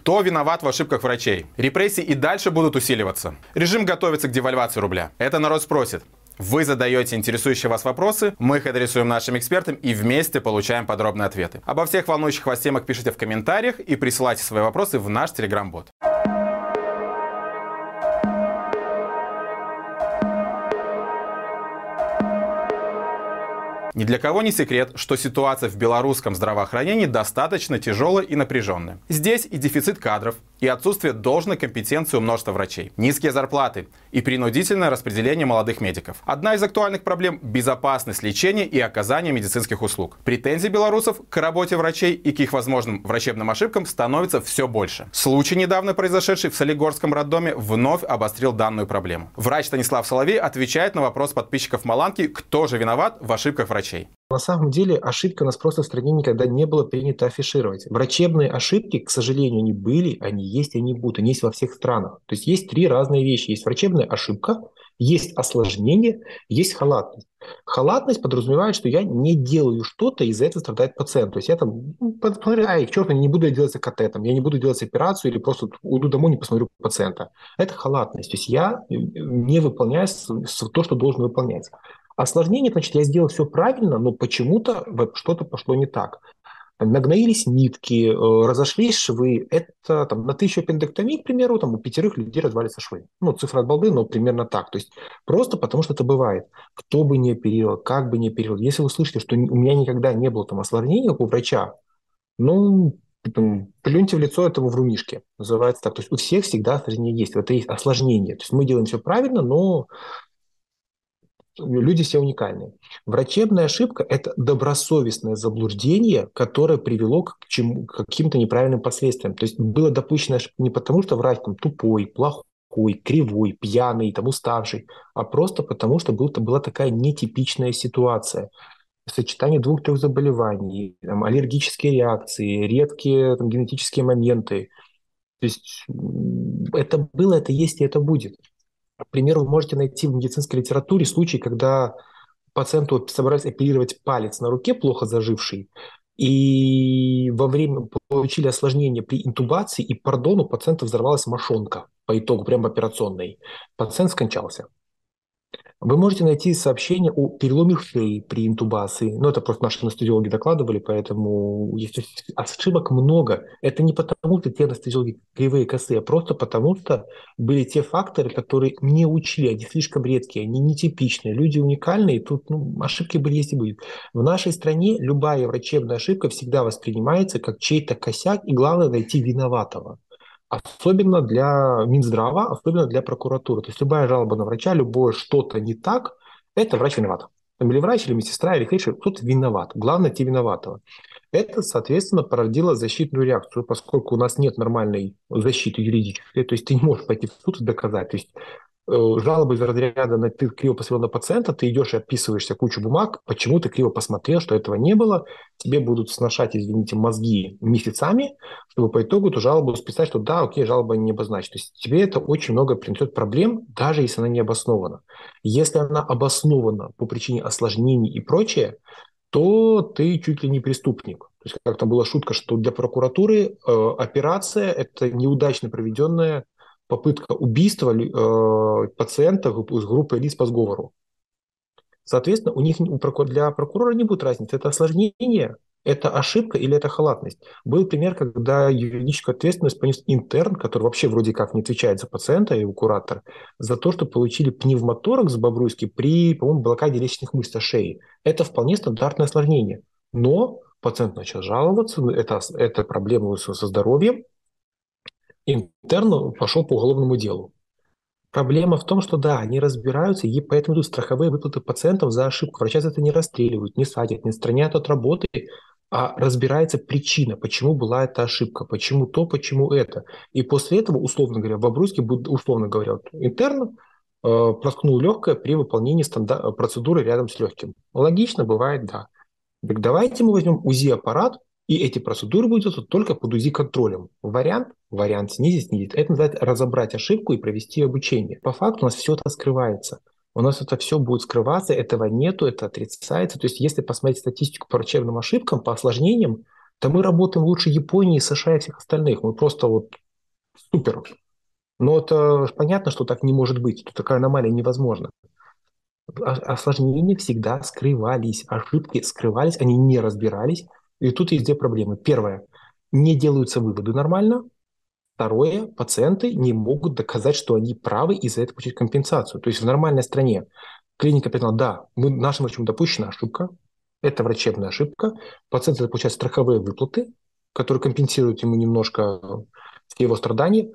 Кто виноват в ошибках врачей? Репрессии и дальше будут усиливаться. Режим готовится к девальвации рубля. Это народ спросит. Вы задаете интересующие вас вопросы, мы их адресуем нашим экспертам и вместе получаем подробные ответы. Обо всех волнующих вас темах пишите в комментариях и присылайте свои вопросы в наш Telegram-бот. Ни для кого не секрет, что ситуация в белорусском здравоохранении достаточно тяжелая и напряженная. Здесь и дефицит кадров, и отсутствие должной компетенции у множества врачей, низкие зарплаты и принудительное распределение молодых медиков. Одна из актуальных проблем – безопасность лечения и оказания медицинских услуг. Претензий белорусов к работе врачей и к их возможным врачебным ошибкам становится все больше. Случай, недавно произошедший в Солигорском роддоме, вновь обострил данную проблему. Врач Станислав Соловей отвечает на вопрос подписчиков Маланки, кто же виноват в ошибках врачей. На самом деле ошибка у нас просто в стране никогда не было принято афишировать. Врачебные ошибки, к сожалению, они были, они есть, они будут, они есть во всех странах. То есть есть три разные вещи. Есть врачебная ошибка, есть осложнение, есть халатность. Халатность подразумевает, что я не делаю что-то, и из-за этого страдает пациент. То есть я там, к черту, не буду делать КТ, я не буду делать операцию или просто уйду домой, не посмотрю пациента. Это халатность. То есть я не выполняю то, что должен выполнять. Осложнение, значит, я сделал все правильно, но почему-то что-то пошло не так. Нагноились нитки, разошлись швы. Это там, на 1000 аппендэктомий, к примеру, там, у 5 людей развалится швы. Ну, цифра от балды, но примерно так. То есть просто потому, что это бывает. Кто бы ни оперировал, как бы ни оперировал. Если вы слышите, что у меня никогда не было там осложнений, как у врача, ну, плюньте в лицо этому врунишке. Называется так. То есть у всех всегда осложнение есть. Это есть осложнение. То есть мы делаем все правильно, но люди все уникальные. Врачебная ошибка – это добросовестное заблуждение, которое привело к каким-то неправильным последствиям. То есть было допущено ошибка не потому, что врач там тупой, плохой, кривой, пьяный, там, уставший, а просто потому, что была такая нетипичная ситуация. Сочетание 2-3 заболеваний, там, аллергические реакции, редкие там, генетические моменты. То есть это было, это есть и это будет. К примеру, вы можете найти в медицинской литературе случаи, когда пациенту собрались оперировать палец на руке, плохо заживший, и во время получили осложнение при интубации, и, пардон, у пациента взорвалась мошонка по итогу, прямо операционной. Пациент скончался. Вы можете найти сообщение о переломе шеи при интубации. Ну, это просто наши анестезиологи докладывали, поэтому ошибок много. Это не потому, что те анестезиологи кривые, косые, а просто потому, что были те факторы, которые не учли, они слишком редкие, они нетипичные, люди уникальные, и тут ошибки были, есть и будет. В нашей стране любая врачебная ошибка всегда воспринимается как чей-то косяк, и главное найти виноватого. Особенно для Минздрава, особенно для прокуратуры. То есть любая жалоба на врача, любое что-то не так, это врач виноват. Или врач, или медсестра, или фельдшер, кто-то виноват. Главное, найти виноватого. Это, соответственно, породило защитную реакцию, поскольку у нас нет нормальной защиты юридической, то есть ты не можешь пойти в суд и доказать. То есть жалобы из разряда «ты криво посмотрел на пациента», ты идешь и отписываешься кучу бумаг, почему ты криво посмотрел, что этого не было, тебе будут сношать, извините, мозги месяцами, чтобы по итогу эту жалобу списать, что да, окей, жалоба не обозначена. То есть тебе это очень много принесет проблем, даже если она не обоснована. Если она обоснована по причине осложнений и прочее, то ты чуть ли не преступник. То есть как там была шутка, что для прокуратуры операция – это неудачно проведенная попытка убийства пациента с группой лиц по сговору. Соответственно, для прокурора не будет разницы, это осложнение, это ошибка или это халатность. Был пример, когда юридическую ответственность понес интерн, который вообще вроде как не отвечает за пациента, его куратор, за то, что получили пневмоторакс Бобруйский при, по-моему, блокаде легочных мышц шеи. Это вполне стандартное осложнение. Но пациент начал жаловаться, это проблемы со здоровьем, интерн пошел по уголовному делу. Проблема в том, что да, они разбираются, и поэтому идут страховые выплаты пациентов за ошибку. Врача за это не расстреливают, не садят, не отстраняют от работы, а разбирается причина, почему была эта ошибка, почему то, почему это. И после этого, условно говоря, в Бобруйске, условно говоря, интерн проткнул легкое при выполнении процедуры рядом с легким. Логично, бывает, да. Так давайте мы возьмем УЗИ-аппарат, и эти процедуры будут делаться только под УЗИ-контролем. Вариант снизить. Это называется разобрать ошибку и провести обучение. По факту у нас все это скрывается. У нас это все будет скрываться, этого нету, это отрицается. То есть если посмотреть статистику по врачебным ошибкам, по осложнениям, Да мы работаем лучше Японии, США и всех остальных. Мы просто вот супер. Но это понятно, что так не может быть. Тут такая аномалия невозможна. Осложнения всегда скрывались, ошибки скрывались, они не разбирались. И тут есть две проблемы. Первое, не делаются выводы нормально. Второе, пациенты не могут доказать, что они правы и за это получить компенсацию. То есть в нормальной стране клиника признала, да, нашим врачом допущена ошибка, это врачебная ошибка, пациент получает страховые выплаты, которые компенсируют ему немножко все его страдания.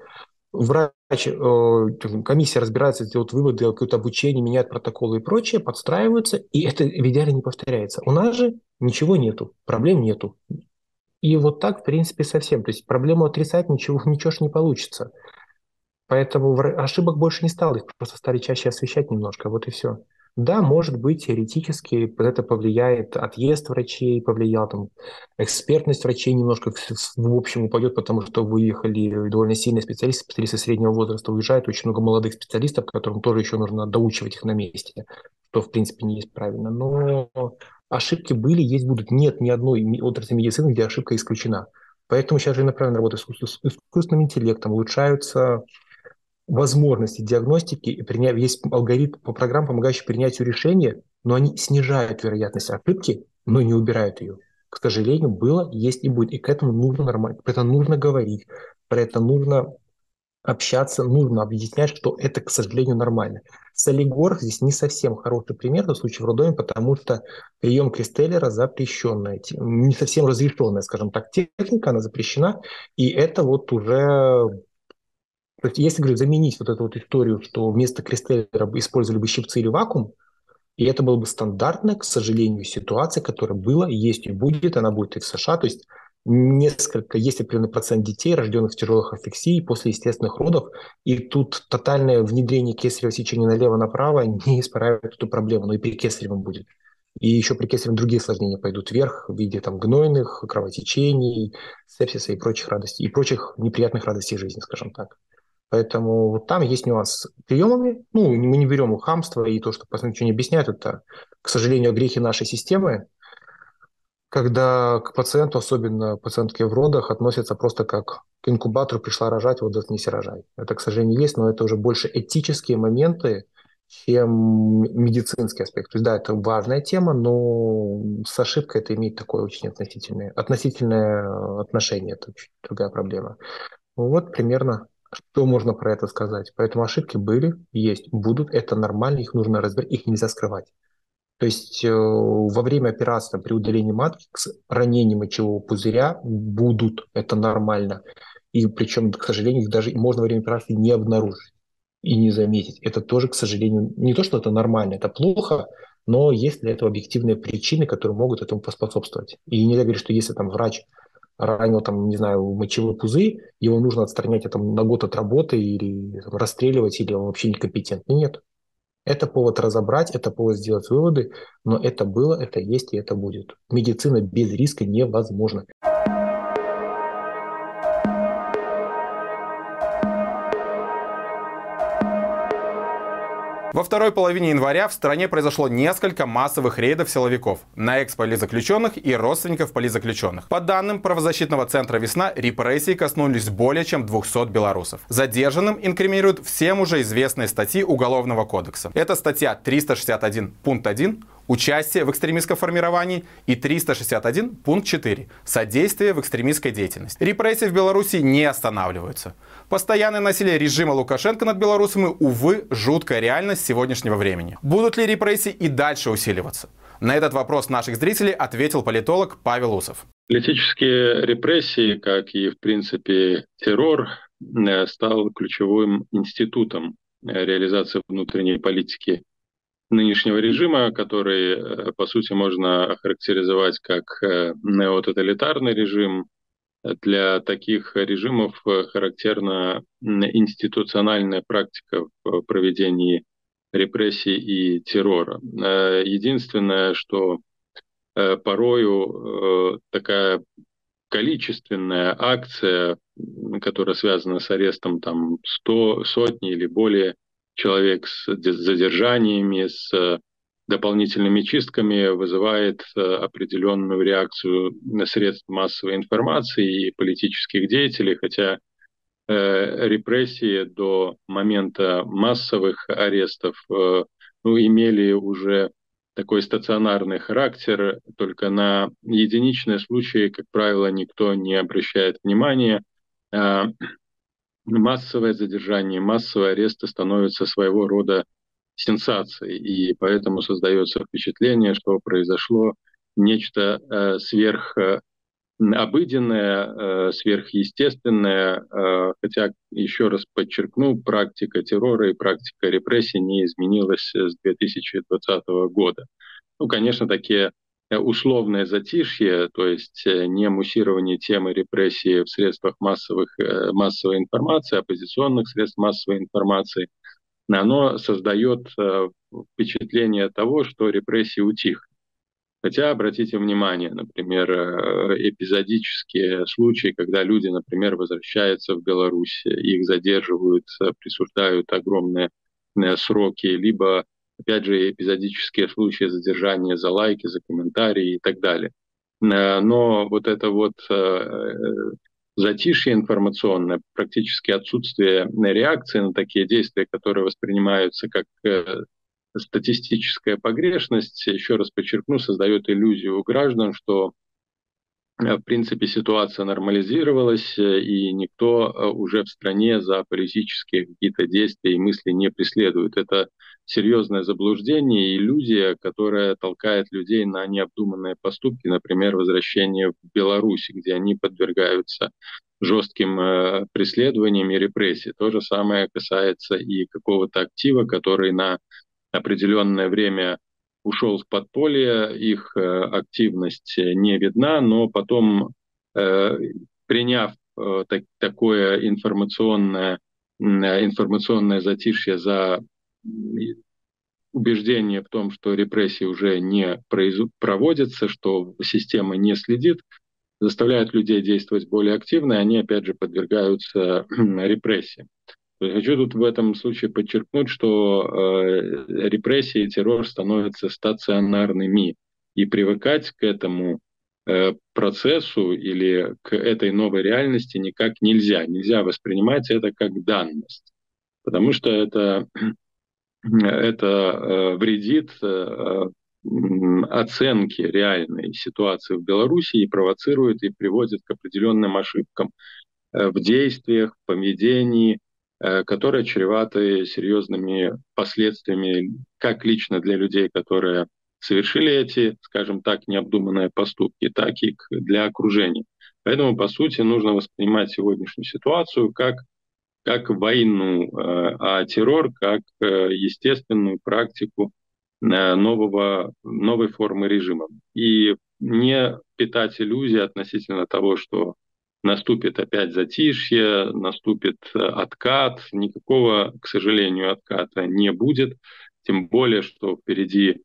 Комиссия разбирается, делает выводы, какое-то обучение, меняет протоколы и прочее, подстраиваются, и это в идеале не повторяется. У нас же ничего нету, проблем нету. И вот так, в принципе, совсем. То есть проблему отрицать ничего ж не получится. Поэтому ошибок больше не стало, их просто стали чаще освещать немножко, вот и все. Да, может быть, теоретически это повлияет, отъезд врачей повлиял, там, экспертность врачей немножко в общем упадет, потому что выехали довольно сильные специалисты, специалисты среднего возраста уезжают, очень много молодых специалистов, которым тоже еще нужно доучивать их на месте, что, в принципе, не есть правильно. Но ошибки были, есть, будут. Нет ни одной отрасли медицины, где ошибка исключена. Поэтому сейчас же направлена работа с искусственным интеллектом, улучшаются возможности диагностики, и есть алгоритм по программам, помогающий принятию решения, но они снижают вероятность ошибки, но не убирают ее. К сожалению, было, есть и будет. И к этому нужно нормально, про это нужно говорить, про это нужно общаться, нужно объяснять, что это, к сожалению, нормально. Солигор здесь не совсем хороший пример в случае в роддоме, потому что прием Кристеллера запрещенная, не совсем разрешенная, скажем так, техника, она запрещена, и это вот уже то есть, если, говорю, заменить вот эту вот историю, что вместо кристаллера использовали бы щипцы или вакуум, и это было бы стандартная, к сожалению, ситуация, которая была, есть и будет, она будет и в США. То есть есть определенный процент детей, рожденных в тяжелых асфиксий после естественных родов, и тут тотальное внедрение кесарево сечения налево-направо не исправит эту проблему, но и при кесаревом будет. И еще при кесаревом другие осложнения пойдут вверх в виде там, гнойных, кровотечений, сепсиса и прочих радостей, и прочих неприятных радостей жизни, скажем так. Поэтому вот там есть нюанс с приемами. Ну, мы не берем хамство и то, что пациент ничего не объясняет. Это, к сожалению, грехи нашей системы, когда к пациенту, особенно пациентке в родах, относятся просто как к инкубатору пришла рожать, вот заткнись и рожай. Это, к сожалению, есть, но это уже больше этические моменты, чем медицинский аспект. То есть, да, это важная тема, но с ошибкой это имеет такое очень относительное отношение. Это чуть другая проблема. Вот примерно, что можно про это сказать. Поэтому ошибки были, есть, будут, это нормально, их нужно разбирать, их нельзя скрывать. То есть во время операции там, при удалении матки с ранением мочевого пузыря будут, это нормально. И причем, к сожалению, их даже можно во время операции не обнаружить и не заметить. Это тоже, к сожалению, не то, что это нормально, это плохо, но есть для этого объективные причины, которые могут этому поспособствовать. И нельзя говорить, что если там врач ранил там, не знаю, мочевой пузырь, его нужно отстранять там, на год от работы или там, расстреливать, или он вообще некомпетентный. Нет. Это повод разобрать, это повод сделать выводы, но это было, это есть и это будет. Медицина без риска невозможна. Во второй половине января в стране произошло несколько массовых рейдов силовиков на экс-политзаключенных и родственников политзаключенных. По данным правозащитного центра «Весна», репрессии коснулись более чем 200 белорусов. Задержанным инкриминируют всем уже известные статьи Уголовного кодекса. Это статья 361 пункт 1 «Участие в экстремистском формировании» и 361 пункт 4 «Содействие в экстремистской деятельности». Репрессии в Беларуси не останавливаются. Постоянное насилие режима Лукашенко над белорусами, увы, жуткая реальность сегодняшнего времени. Будут ли репрессии и дальше усиливаться? На этот вопрос наших зрителей ответил политолог Павел Усов. Политические репрессии, как и, в принципе, террор, стал ключевым институтом реализации внутренней политики нынешнего режима, который, по сути, можно охарактеризовать как неототалитарный режим. Для таких режимов характерна институциональная практика в проведении репрессий и террора. Единственное, что порою такая количественная акция, которая связана с арестом там, сотни или более человек, с задержаниями, с дополнительными чистками вызывает определенную реакцию на средств массовой информации и политических деятелей, хотя репрессии до момента массовых арестов имели уже такой стационарный характер, только на единичные случаи, как правило, никто не обращает внимания. Массовое задержание, массовые аресты становятся своего рода сенсацией, и поэтому создается впечатление, что произошло нечто сверхобыденное, сверхъестественное, хотя, еще раз подчеркну, практика террора и практика репрессий не изменилась с 2020 года. Ну, конечно, такие условное затишье, то есть не муссирование темы репрессий в средствах массовой информации, оппозиционных средств массовой информации, оно создает впечатление того, что репрессии утихли. Хотя, обратите внимание, например, эпизодические случаи, когда люди, например, возвращаются в Беларусь, их задерживают, присуждают огромные сроки, либо, опять же, эпизодические случаи задержания за лайки, за комментарии и так далее. Но вот это вот затишье информационное, практически отсутствие реакции на такие действия, которые воспринимаются как статистическая погрешность, еще раз подчеркну, создает иллюзию у граждан, что в принципе ситуация нормализировалась, и никто уже в стране за политические какие-то действия и мысли не преследует. Это серьезное заблуждение и иллюзия, которая толкает людей на необдуманные поступки, например, возвращение в Беларусь, где они подвергаются жестким преследованиям и репрессиям. То же самое касается и какого-то актива, который на определенное время ушел в подполье, их активность не видна, но потом, приняв такое информационное затишье за убеждение в том, что репрессии уже не проводятся, что система не следит, заставляют людей действовать более активно, и они, опять же, подвергаются репрессиям. Хочу тут в этом случае подчеркнуть, что репрессии и террор становятся стационарными, и привыкать к этому процессу или к этой новой реальности никак нельзя. Нельзя воспринимать это как данность, потому что это вредит оценке реальной ситуации в Беларуси и провоцирует и приводит к определенным ошибкам в действиях, в поведении, которые чреваты серьезными последствиями как лично для людей, которые совершили эти, скажем так, необдуманные поступки, так и для окружения. Поэтому, по сути, нужно воспринимать сегодняшнюю ситуацию как войну, а террор как естественную практику новой формы режима. И не питать иллюзии относительно того, что наступит опять затишье, наступит откат. Никакого, к сожалению, отката не будет. Тем более, что впереди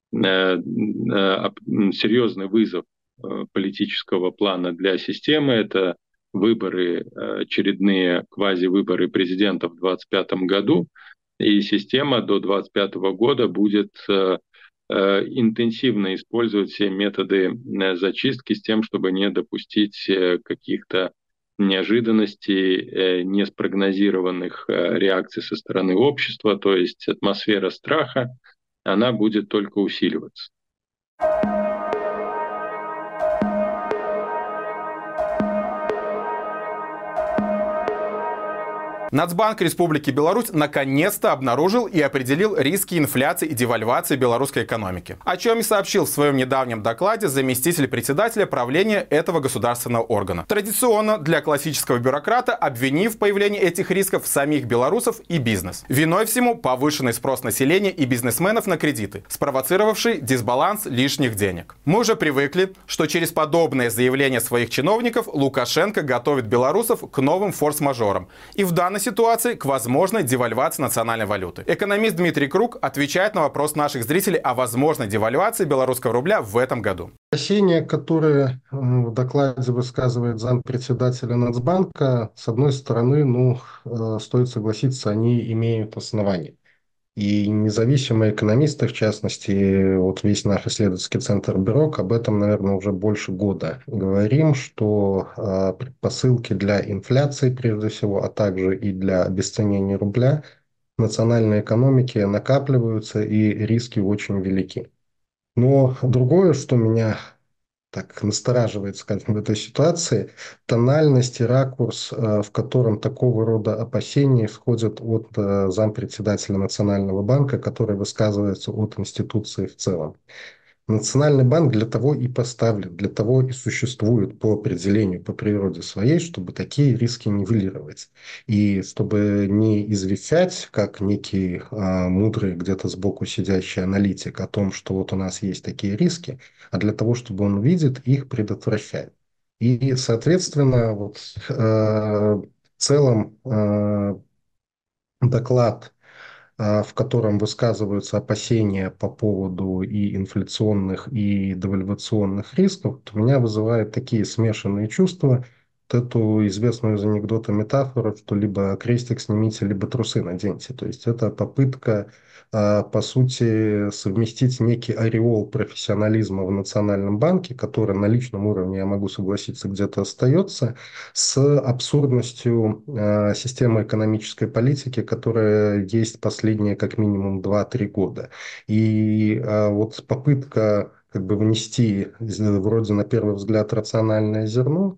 серьезный вызов политического плана для системы. Это выборы, очередные квазивыборы президента в 2025 году. И система до 2025 года будет интенсивно использовать все методы зачистки с тем, чтобы не допустить каких-то неожиданностей, неспрогнозированных реакций со стороны общества, то есть атмосфера страха, она будет только усиливаться. Нацбанк Республики Беларусь наконец-то обнаружил и определил риски инфляции и девальвации белорусской экономики, о чем и сообщил в своем недавнем докладе заместитель председателя правления этого государственного органа. Традиционно для классического бюрократа обвинив в появлении этих рисков самих белорусов и бизнес. Виной всему повышенный спрос населения и бизнесменов на кредиты, спровоцировавший дисбаланс лишних денег. Мы уже привыкли, что через подобные заявления своих чиновников Лукашенко готовит белорусов к новым форс-мажорам и в данной ситуации к возможной девальвации национальной валюты. Экономист Дмитрий Круг отвечает на вопрос наших зрителей о возможной девальвации белорусского рубля в этом году. Опасения, которые в докладе высказывает зампредседателя Нацбанка, с одной стороны, стоит согласиться, они имеют основания. И независимые экономисты, в частности, вот весь наш исследовательский центр Бюрок, об этом, наверное, уже больше года говорим, что предпосылки для инфляции, прежде всего, а также и для обесценения рубля в национальной экономике накапливаются, и риски очень велики. Но другое, что меня так настораживает, скажем, в этой ситуации, тональность и ракурс, в котором такого рода опасения исходят от зампредседателя Национального банка, который высказывается от институции в целом. Национальный банк для того и поставлен, для того и существует по определению, по природе своей, чтобы такие риски нивелировать. И чтобы не извещать, как некий мудрый где-то сбоку сидящий аналитик о том, что вот у нас есть такие риски, а для того, чтобы он видит, их предотвращает. И, соответственно, вот, в целом доклад, в котором высказываются опасения по поводу и инфляционных, и девальвационных рисков, у меня вызывает такие смешанные чувства. Вот эту известную из анекдота метафору, что либо крестик снимите, либо трусы наденьте. То есть это попытка, по сути, совместить некий ореол профессионализма в Национальном банке, который на личном уровне, я могу согласиться, где-то остается, с абсурдностью системы экономической политики, которая есть последние как минимум 2-3 года. И вот попытка как бы внести вроде на первый взгляд рациональное зерно,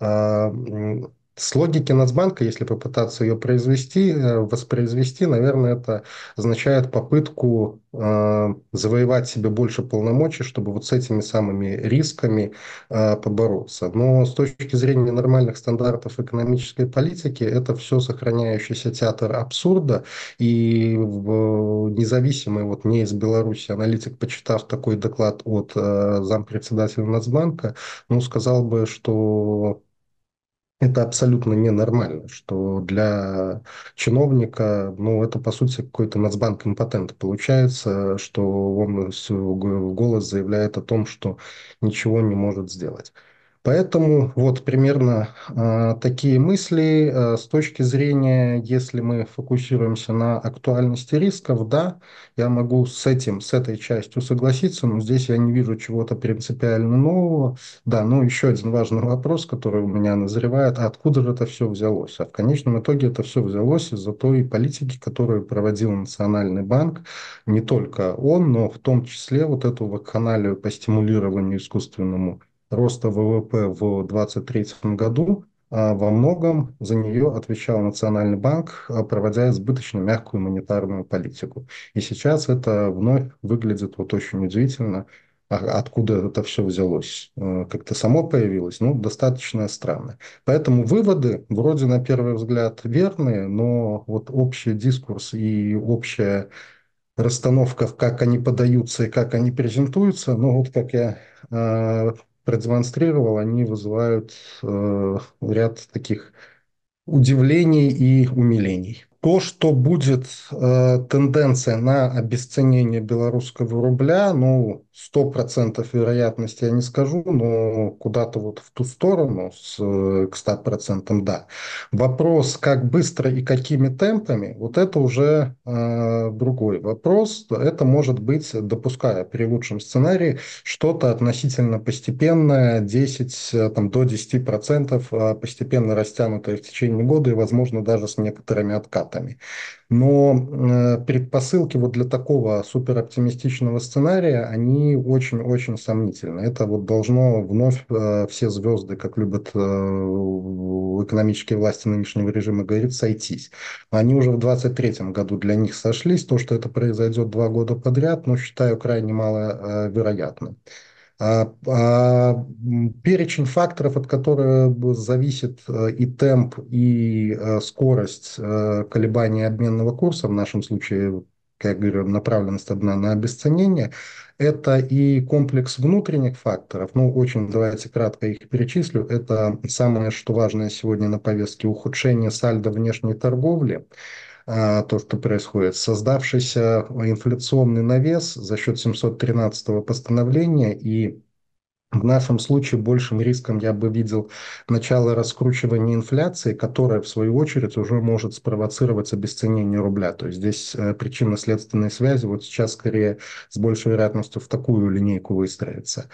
с логики Нацбанка, если попытаться ее произвести, воспроизвести, наверное, это означает попытку завоевать себе больше полномочий, чтобы вот с этими самыми рисками побороться. Но с точки зрения нормальных стандартов экономической политики, это все сохраняющийся театр абсурда. И независимый, вот не из Беларуси аналитик, почитав такой доклад от зампредседателя Нацбанка, ну, сказал бы, что это абсолютно ненормально, что для чиновника, ну, это, по сути, какой-то нацбанк импотент получается, что он в голос заявляет о том, что ничего не может сделать. Поэтому вот примерно такие мысли с точки зрения, если мы фокусируемся на актуальности рисков, да, я могу с этим, с этой частью согласиться, но здесь я не вижу чего-то принципиально нового. Да, ну еще один важный вопрос, который у меня назревает, а откуда же это все взялось? А в конечном итоге это все взялось из-за той политики, которую проводил Национальный банк, не только он, но в том числе вот эту вакханалию по стимулированию искусственному роста ВВП в 2023 году, во многом за нее отвечал Национальный банк, проводя избыточно мягкую монетарную политику. И сейчас это вновь выглядит вот очень удивительно. Откуда это все взялось? Как-то само появилось? Ну, достаточно странно. Поэтому выводы вроде на первый взгляд верные, но вот общий дискурс и общая расстановка, как они подаются и как они презентуются, ну вот как я продемонстрировал, они вызывают ряд таких удивлений и умилений. То, что будет тенденция на обесценение белорусского рубля, ну, 100% вероятности я не скажу, но куда-то вот в ту сторону, к 100% да. Вопрос, как быстро и какими темпами, вот это уже другой вопрос. Это может быть, допуская при лучшем сценарии, что-то относительно постепенное, 10, там, до 10% постепенно растянутое в течение года и, возможно, даже с некоторыми откатами. Но предпосылки вот для такого супероптимистичного сценария, они очень-очень сомнительны. Это вот должно вновь все звезды, как любят экономические власти нынешнего режима говорить, сойтись. Они уже в 2023 году для них сошлись. То, что это произойдет 2 года подряд, но считаю крайне маловероятным. Перечень факторов, от которых зависит и темп, и скорость колебания обменного курса, в нашем случае, как я говорю, направленность одна на обесценение, это и комплекс внутренних факторов. Ну, очень давайте кратко их перечислю. Это самое, что важное сегодня на повестке, ухудшение сальдо внешней торговли, то, что происходит, создавшийся инфляционный навес за счет 713 постановления и В нашем случае большим риском я бы видел начало раскручивания инфляции, которая, в свою очередь, уже может спровоцировать обесценение рубля. То есть здесь причинно-следственные связи вот сейчас скорее с большей вероятностью в такую линейку выстроятся.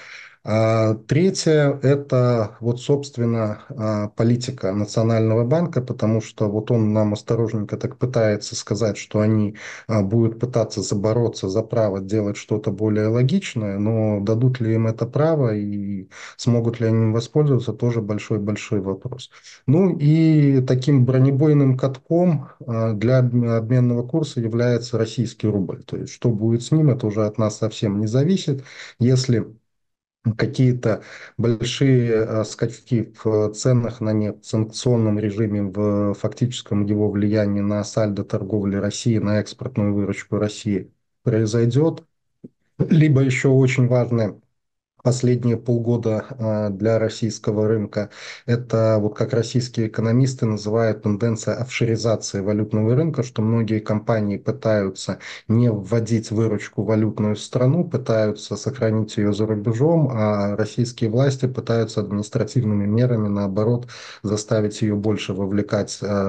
Третье – это вот, собственно, политика Национального банка, потому что вот он нам осторожненько так пытается сказать, что они будут пытаться забороться за право делать что-то более логичное, но дадут ли им это право и смогут ли они им воспользоваться, тоже большой-большой вопрос. Ну и таким бронебойным катком для обменного курса является российский рубль. То есть что будет с ним, это уже от нас совсем не зависит. Если какие-то большие скачки в ценах на нефть в санкционном режиме, в фактическом его влиянии на сальдо торговли России, на экспортную выручку России произойдет. Либо еще очень важное последние полгода для российского рынка. Это вот как российские экономисты называют тенденция офшоризации валютного рынка, что многие компании пытаются не вводить выручку валютную в страну, пытаются сохранить ее за рубежом, а российские власти пытаются административными мерами, наоборот, заставить ее больше вовлекать,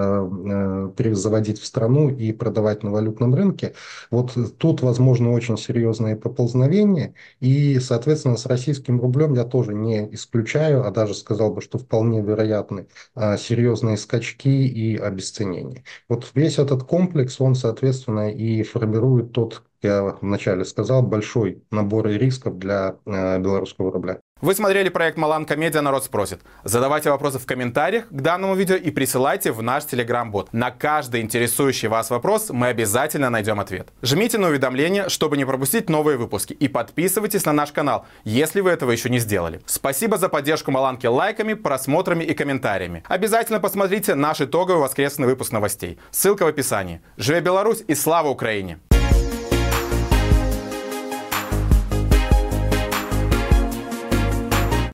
заводить в страну и продавать на валютном рынке. Вот тут возможно очень серьезные поползновения, и, соответственно, с российским рублем я тоже не исключаю, а даже сказал бы, что вполне вероятны серьезные скачки и обесценения. Вот весь этот комплекс, он, соответственно, и формирует тот, как я вначале сказал, большой набор рисков для белорусского рубля. Вы смотрели проект Маланка Медиа «Народ спросит». Задавайте вопросы в комментариях к данному видео и присылайте в наш телеграм-бот. На каждый интересующий вас вопрос мы обязательно найдем ответ. Жмите на уведомления, чтобы не пропустить новые выпуски. И подписывайтесь на наш канал, если вы этого еще не сделали. Спасибо за поддержку Маланки лайками, просмотрами и комментариями. Обязательно посмотрите наш итоговый воскресный выпуск новостей. Ссылка в описании. Живе Беларусь и слава Украине!